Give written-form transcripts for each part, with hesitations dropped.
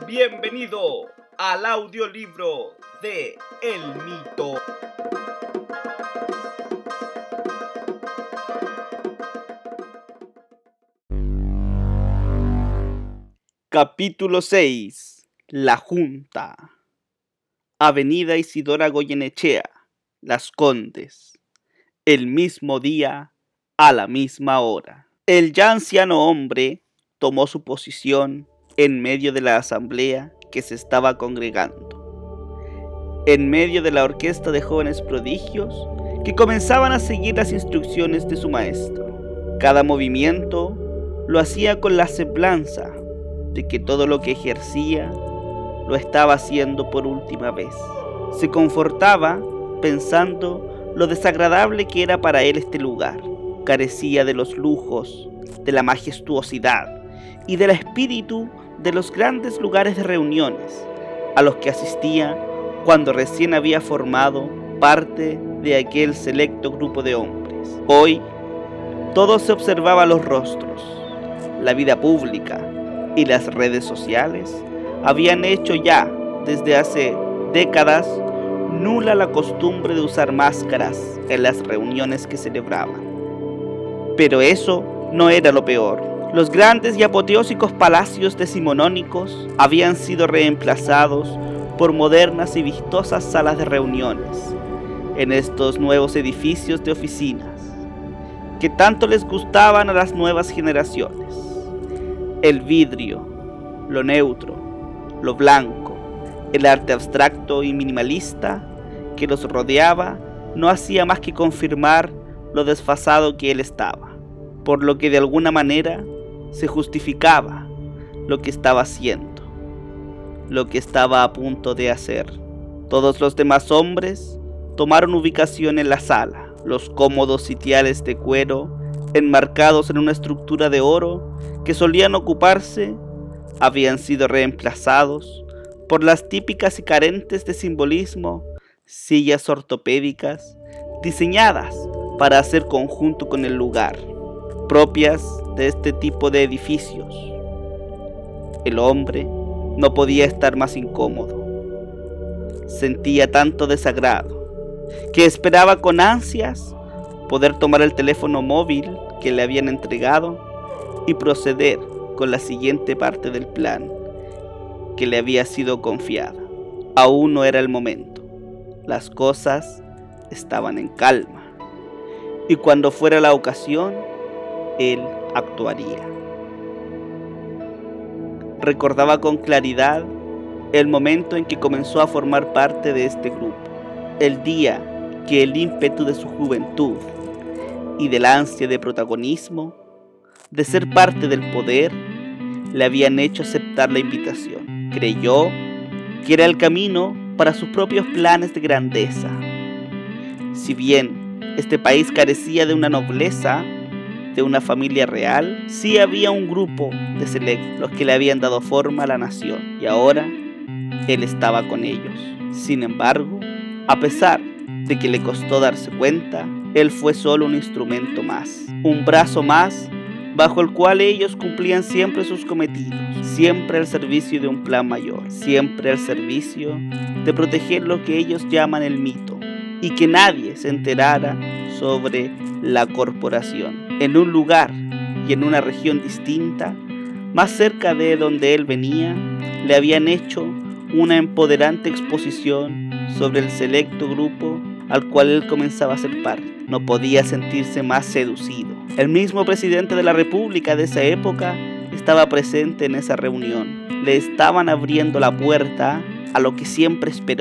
Bienvenido al audiolibro de El Mito. Capítulo 6. La Junta. Avenida Isidora Goyenechea, Las Condes. El mismo día, a la misma hora. El ya anciano hombre tomó su posición en medio de la asamblea que se estaba congregando, en medio de la orquesta de jóvenes prodigios que comenzaban a seguir las instrucciones de su maestro. Cada movimiento lo hacía con la semblanza de que todo lo que ejercía lo estaba haciendo por última vez. Se confortaba pensando lo desagradable que era para él este lugar. Carecía de los lujos, de la majestuosidad y del espíritu de los grandes lugares de reuniones a los que asistía cuando recién había formado parte de aquel selecto grupo de hombres. Hoy, todo se observaba los rostros. La vida pública y las redes sociales habían hecho ya, desde hace décadas, nula la costumbre de usar máscaras en las reuniones que celebraban. Pero eso no era lo peor. Los grandes y apoteósicos palacios decimonónicos habían sido reemplazados por modernas y vistosas salas de reuniones en estos nuevos edificios de oficinas que tanto les gustaban a las nuevas generaciones. El vidrio, lo neutro, lo blanco, el arte abstracto y minimalista que los rodeaba no hacía más que confirmar lo desfasado que él estaba, por lo que de alguna manera se justificaba lo que estaba haciendo, lo que estaba a punto de hacer. Todos los demás hombres tomaron ubicación en la sala. Los cómodos sitiales de cuero, enmarcados en una estructura de oro que solían ocuparse, habían sido reemplazados por las típicas y carentes de simbolismo sillas ortopédicas diseñadas para hacer conjunto con el lugar, propias de este tipo de edificios. El hombre no podía estar más incómodo. Sentía tanto desagrado que esperaba con ansias poder tomar el teléfono móvil que le habían entregado y proceder con la siguiente parte del plan que le había sido confiada. Aún no era el momento. Las cosas estaban en calma, y cuando fuera la ocasión, él actuaría. Recordaba con claridad el momento en que comenzó a formar parte de este grupo, el día que el ímpetu de su juventud y del ansia de protagonismo, de ser parte del poder, le habían hecho aceptar la invitación. Creyó que era el camino para sus propios planes de grandeza. Si bien este país carecía de una nobleza, de una familia real, sí había un grupo de selectos los que le habían dado forma a la nación, y ahora él estaba con ellos. Sin embargo, a pesar de que le costó darse cuenta, él fue solo un instrumento más, un brazo más bajo el cual ellos cumplían siempre sus cometidos, siempre al servicio de un plan mayor, siempre al servicio de proteger lo que ellos llaman el mito, y que nadie se enterara sobre la corporación. En un lugar y en una región distinta, más cerca de donde él venía, le habían hecho una empoderante exposición sobre el selecto grupo al cual él comenzaba a ser parte. No podía sentirse más seducido. El mismo presidente de la República de esa época estaba presente en esa reunión. Le estaban abriendo la puerta a lo que siempre esperó: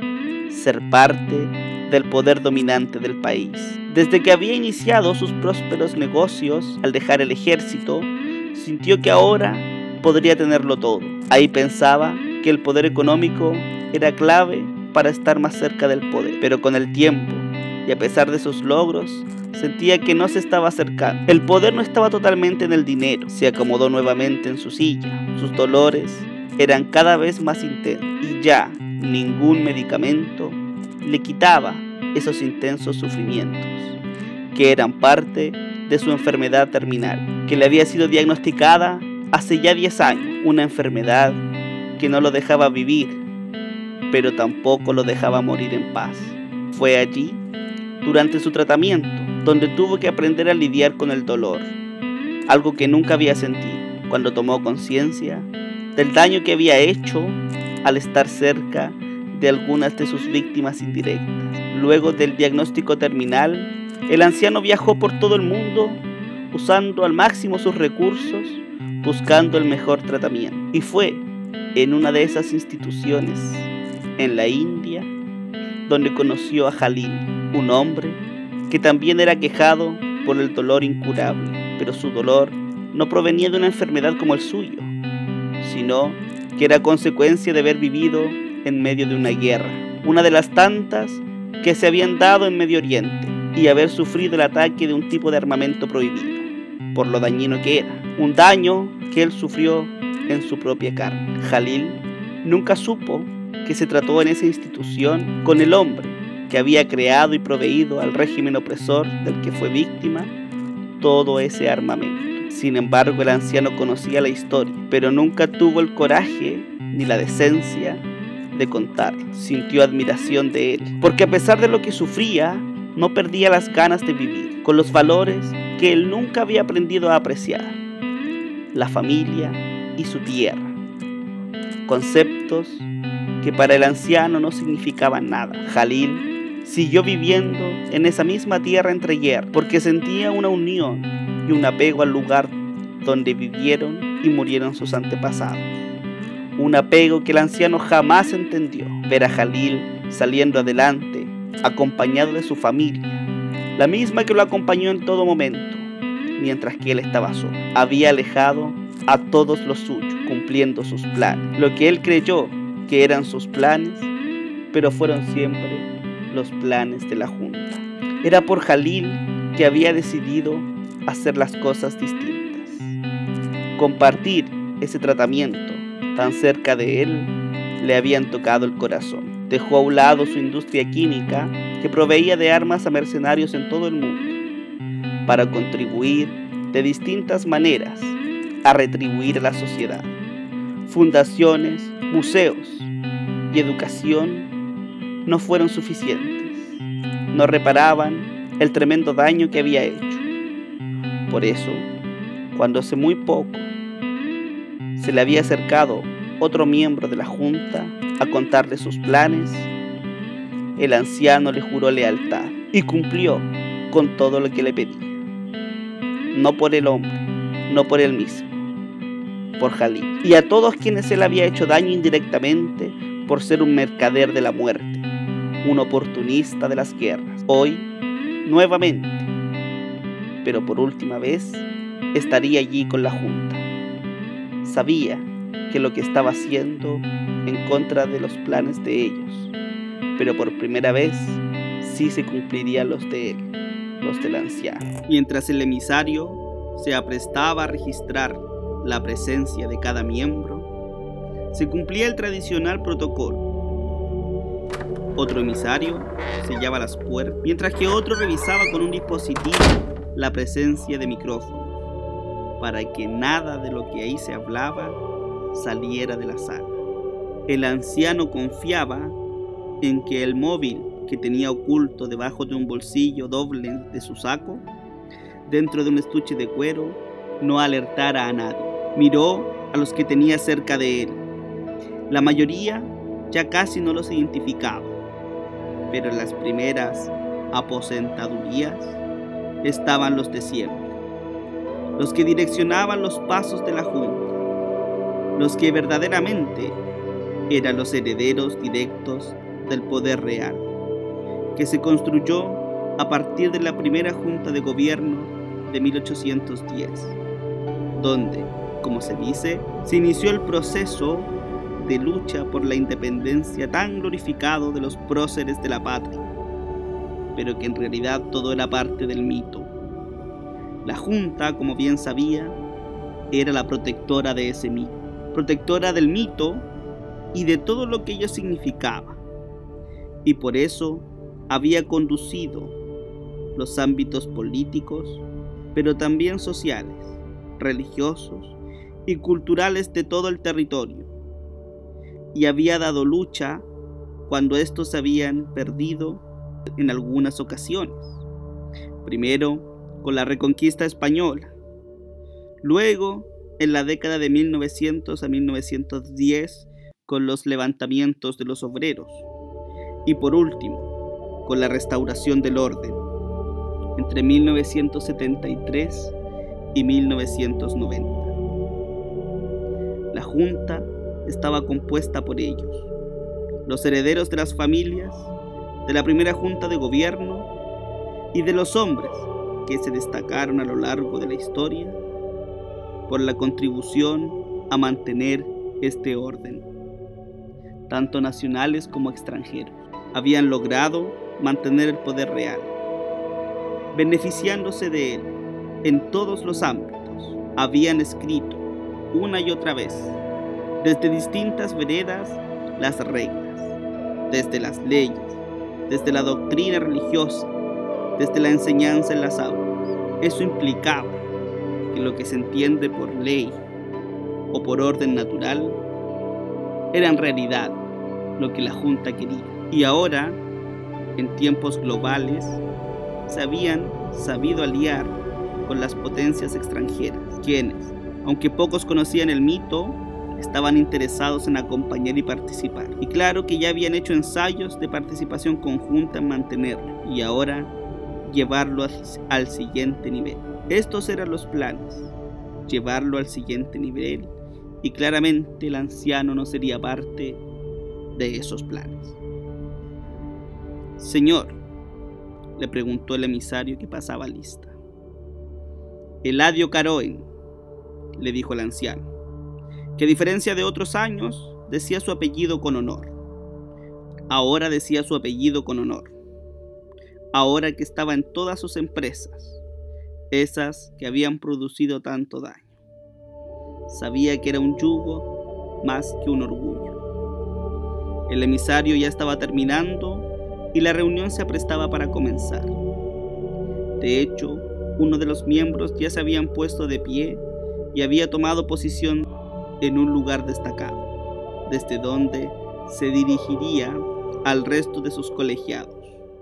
ser parte del poder dominante del país. Desde que había iniciado sus prósperos negocios al dejar el ejército, sintió que ahora podría tenerlo todo. Ahí pensaba que el poder económico era clave para estar más cerca del poder, pero con el tiempo, y a pesar de sus logros, sentía que no se estaba acercando. El poder no estaba totalmente en el dinero. Se acomodó nuevamente en su silla. Sus dolores eran cada vez más intensos, y ya ningún medicamento le quitaba esos intensos sufrimientos, que eran parte de su enfermedad terminal, que le había sido diagnosticada hace ya 10 años, una enfermedad que no lo dejaba vivir, pero tampoco lo dejaba morir en paz. Fue allí, durante su tratamiento, donde tuvo que aprender a lidiar con el dolor, algo que nunca había sentido, cuando tomó conciencia del daño que había hecho al estar cerca de algunas de sus víctimas indirectas. Luego del diagnóstico terminal, el anciano viajó por todo el mundo, usando al máximo sus recursos, buscando el mejor tratamiento. Y fue en una de esas instituciones, en la India, donde conoció a Jalil, un hombre que también era aquejado por el dolor incurable, pero su dolor no provenía de una enfermedad como el suyo, sino que era consecuencia de haber vivido en medio de una guerra, una de las tantas que se habían dado en Medio Oriente, y haber sufrido el ataque de un tipo de armamento prohibido, por lo dañino que era, un daño que él sufrió en su propia carne. Jalil nunca supo que se trató en esa institución con el hombre que había creado y proveído al régimen opresor del que fue víctima todo ese armamento. Sin embargo, el anciano conocía la historia, pero nunca tuvo el coraje ni la decencia de contarlo. Sintió admiración de él, porque a pesar de lo que sufría, no perdía las ganas de vivir, con los valores que él nunca había aprendido a apreciar: la familia y su tierra. Conceptos que para el anciano no significaban nada. Jalil siguió viviendo en esa misma tierra entre hierros, porque sentía una unión y un apego al lugar donde vivieron y murieron sus antepasados. Un apego que el anciano jamás entendió. Ver a Jalil saliendo adelante, acompañado de su familia, la misma que lo acompañó en todo momento, mientras que él estaba solo. Había alejado a todos los suyos, cumpliendo sus planes, lo que él creyó que eran sus planes, pero fueron siempre los planes de la Junta. Era por Jalil que había decidido hacer las cosas distintas. Compartir ese tratamiento tan cerca de él le habían tocado el corazón. Dejó a un lado su industria química, que proveía de armas a mercenarios en todo el mundo, para contribuir de distintas maneras a retribuir a la sociedad. Fundaciones, museos y educación no fueron suficientes. No reparaban el tremendo daño que había hecho. Por eso, cuando hace muy poco se le había acercado otro miembro de la Junta a contarle sus planes, el anciano le juró lealtad y cumplió con todo lo que le pedía. No por el hombre, no por él mismo, por Jalil y a todos quienes él había hecho daño indirectamente por ser un mercader de la muerte, un oportunista de las guerras. Hoy, nuevamente, pero por última vez, estaría allí con la Junta. Sabía que lo que estaba haciendo en contra de los planes de ellos, pero por primera vez sí se cumplirían los de él, los del anciano. Mientras el emisario se aprestaba a registrar la presencia de cada miembro, se cumplía el tradicional protocolo. Otro emisario sellaba las puertas, mientras que otro revisaba con un dispositivo la presencia de micrófono, para que nada de lo que ahí se hablaba saliera de la sala. El anciano confiaba en que el móvil que tenía oculto debajo de un bolsillo doble de su saco, dentro de un estuche de cuero, no alertara a nadie. Miró a los que tenía cerca de él. La mayoría ya casi no los identificaba, pero en las primeras aposentadurías estaban los de siempre, los que direccionaban los pasos de la Junta, los que verdaderamente eran los herederos directos del poder real, que se construyó a partir de la primera Junta de Gobierno de 1810, donde, como se dice, se inició el proceso de lucha por la independencia tan glorificado de los próceres de la patria, pero que en realidad todo era parte del mito. La Junta, como bien sabía, era la protectora de ese mito, protectora del mito y de todo lo que ello significaba, y por eso había conducido los ámbitos políticos, pero también sociales, religiosos y culturales de todo el territorio, y había dado lucha cuando estos se habían perdido en algunas ocasiones. Primero con la Reconquista española, luego en la década de 1900 a 1910 con los levantamientos de los obreros y por último con la restauración del orden entre 1973 y 1990. La Junta estaba compuesta por ellos, los herederos de las familias, de la primera Junta de Gobierno y de los hombres que se destacaron a lo largo de la historia por la contribución a mantener este orden. Tanto nacionales como extranjeros habían logrado mantener el poder real, beneficiándose de él en todos los ámbitos. Habían escrito una y otra vez, desde distintas veredas, las reglas, desde las leyes, desde la doctrina religiosa, desde la enseñanza en las aulas. Eso implicaba que lo que se entiende por ley o por orden natural era en realidad lo que la Junta quería. Y ahora, en tiempos globales, se habían sabido aliar con las potencias extranjeras, quienes, aunque pocos conocían el mito, estaban interesados en acompañar y participar. Y claro que ya habían hecho ensayos de participación conjunta en mantenerlo y ahora llevarlo al siguiente nivel. Estos eran los planes, llevarlo al siguiente nivel, y claramente el anciano no sería parte de esos planes. Señor, le preguntó el emisario que pasaba lista. Eladio Caroen, le dijo el anciano, que a diferencia de otros años, decía su apellido con honor. Ahora decía su apellido con honor. Ahora que estaba en todas sus empresas, esas que habían producido tanto daño. Sabía que era un yugo más que un orgullo. El emisario ya estaba terminando y la reunión se aprestaba para comenzar. De hecho, uno de los miembros ya se habían puesto de pie y había tomado posición en un lugar destacado, desde donde se dirigiría al resto de sus colegiados.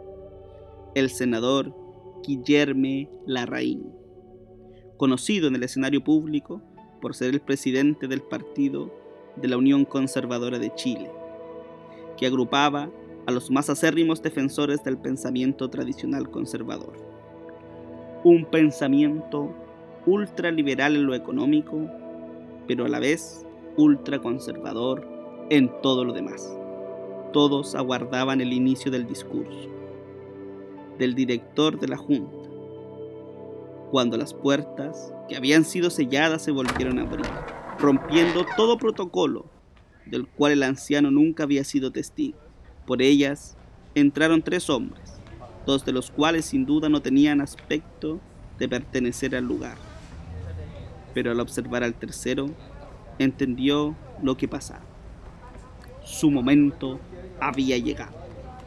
El senador Guillerme Larraín, conocido en el escenario público por ser el presidente del partido de la Unión Conservadora de Chile, que agrupaba a los más acérrimos defensores del pensamiento tradicional conservador. Un pensamiento ultraliberal en lo económico, pero a la vez ultraconservador en todo lo demás. Todos aguardaban el inicio del discurso del director de la Junta, cuando las puertas que habían sido selladas se volvieron a abrir, rompiendo todo protocolo del cual el anciano nunca había sido testigo. Por ellas entraron 3 hombres, 2 de los cuales sin duda no tenían aspecto de pertenecer al lugar, pero al observar al tercero entendió lo que pasaba. Su momento había llegado.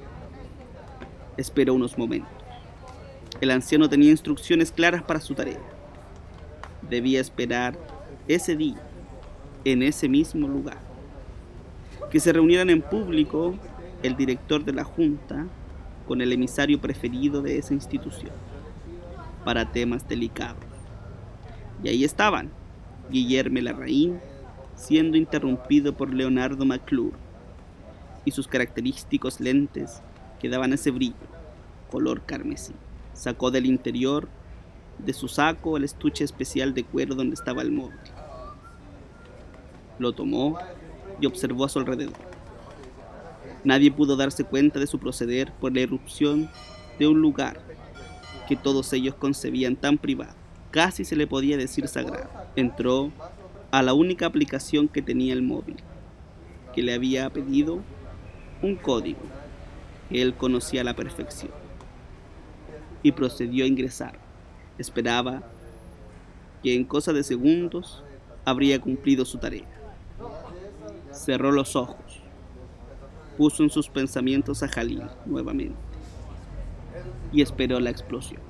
Esperó unos momentos. El anciano tenía instrucciones claras para su tarea. Debía esperar ese día, en ese mismo lugar, que se reunieran en público el director de la Junta con el emisario preferido de esa institución para temas delicados. Y ahí estaban, Guillerme Larraín siendo interrumpido por Leonardo McClure y sus característicos lentes que daban ese brillo, color carmesí. Sacó del interior de su saco el estuche especial de cuero donde estaba el móvil. Lo tomó y observó a su alrededor. Nadie pudo darse cuenta de su proceder por la irrupción de un lugar que todos ellos concebían tan privado, casi se le podía decir sagrado. Entró a la única aplicación que tenía el móvil, que le había pedido un código que él conocía a la perfección, y procedió a ingresar. Esperaba que en cosa de segundos habría cumplido su tarea. Cerró los ojos, puso en sus pensamientos a Jalil nuevamente y esperó la explosión.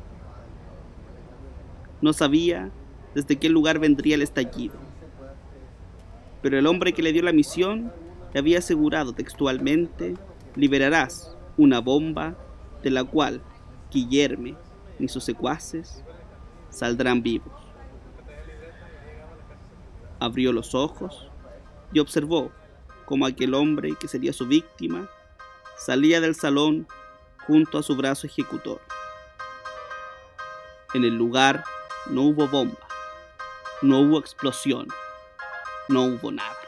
No sabía desde qué lugar vendría el estallido, pero el hombre que le dio la misión le había asegurado textualmente: liberarás una bomba de la cual Guillerme ni sus secuaces saldrán vivos. Abrió los ojos y observó cómo aquel hombre que sería su víctima salía del salón junto a su brazo ejecutor. En el lugar no hubo bomba, no hubo explosión, no hubo nada.